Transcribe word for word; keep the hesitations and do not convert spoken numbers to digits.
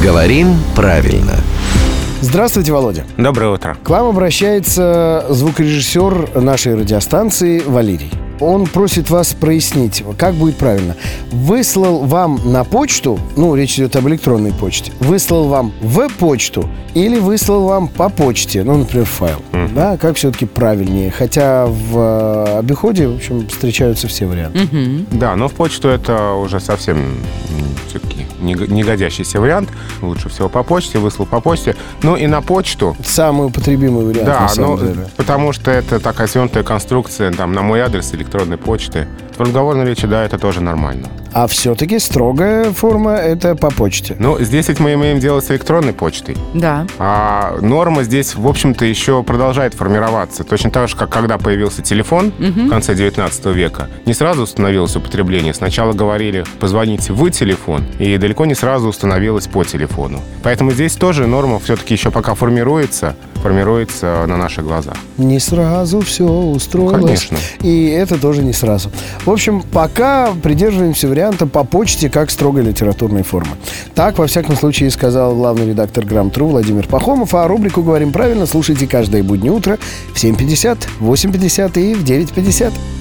Говорим правильно. Здравствуйте, Володя. Доброе утро. К вам обращается звукорежиссер нашей радиостанции Валерий. Он просит вас прояснить, как будет правильно. Выслал вам на почту, ну, речь идет об электронной почте, выслал вам в почту или выслал вам по почте, ну, например, файл. Mm-hmm. Да, как все-таки правильнее? Хотя в э, обиходе, в общем, встречаются все варианты. Mm-hmm. Да, но в почту это уже совсем все-таки не годящийся вариант. Лучше всего по почте, выслал по почте. Ну и на почту. Самый употребимый вариант, да, на самом ну, деле. Потому что это такая свернутая конструкция, там, на мой адрес электронной почты. В разговорной речи, да, это тоже нормально. А все-таки строгая форма — это по почте. Ну, здесь ведь мы имеем дело с электронной почтой. Да. А норма здесь, в общем-то, еще продолжает формироваться. Точно так же, как когда появился телефон угу. в конце девятнадцатого века, не сразу установилось употребление. Сначала говорили «позвоните в телефон», и далеко не сразу установилось по телефону. Поэтому здесь тоже норма все-таки еще пока формируется, формируется на наших глазах. Не сразу все устроилось. Ну, конечно. И это тоже не сразу. В общем, пока придерживаемся варианта по почте как строгой литературной формы. Так, во всяком случае, сказал главный редактор Грамм-Тру Владимир Пахомов. А рубрику «Говорим правильно» слушайте каждое буднее утро в семь пятьдесят, в восемь пятьдесят и в девять пятьдесят.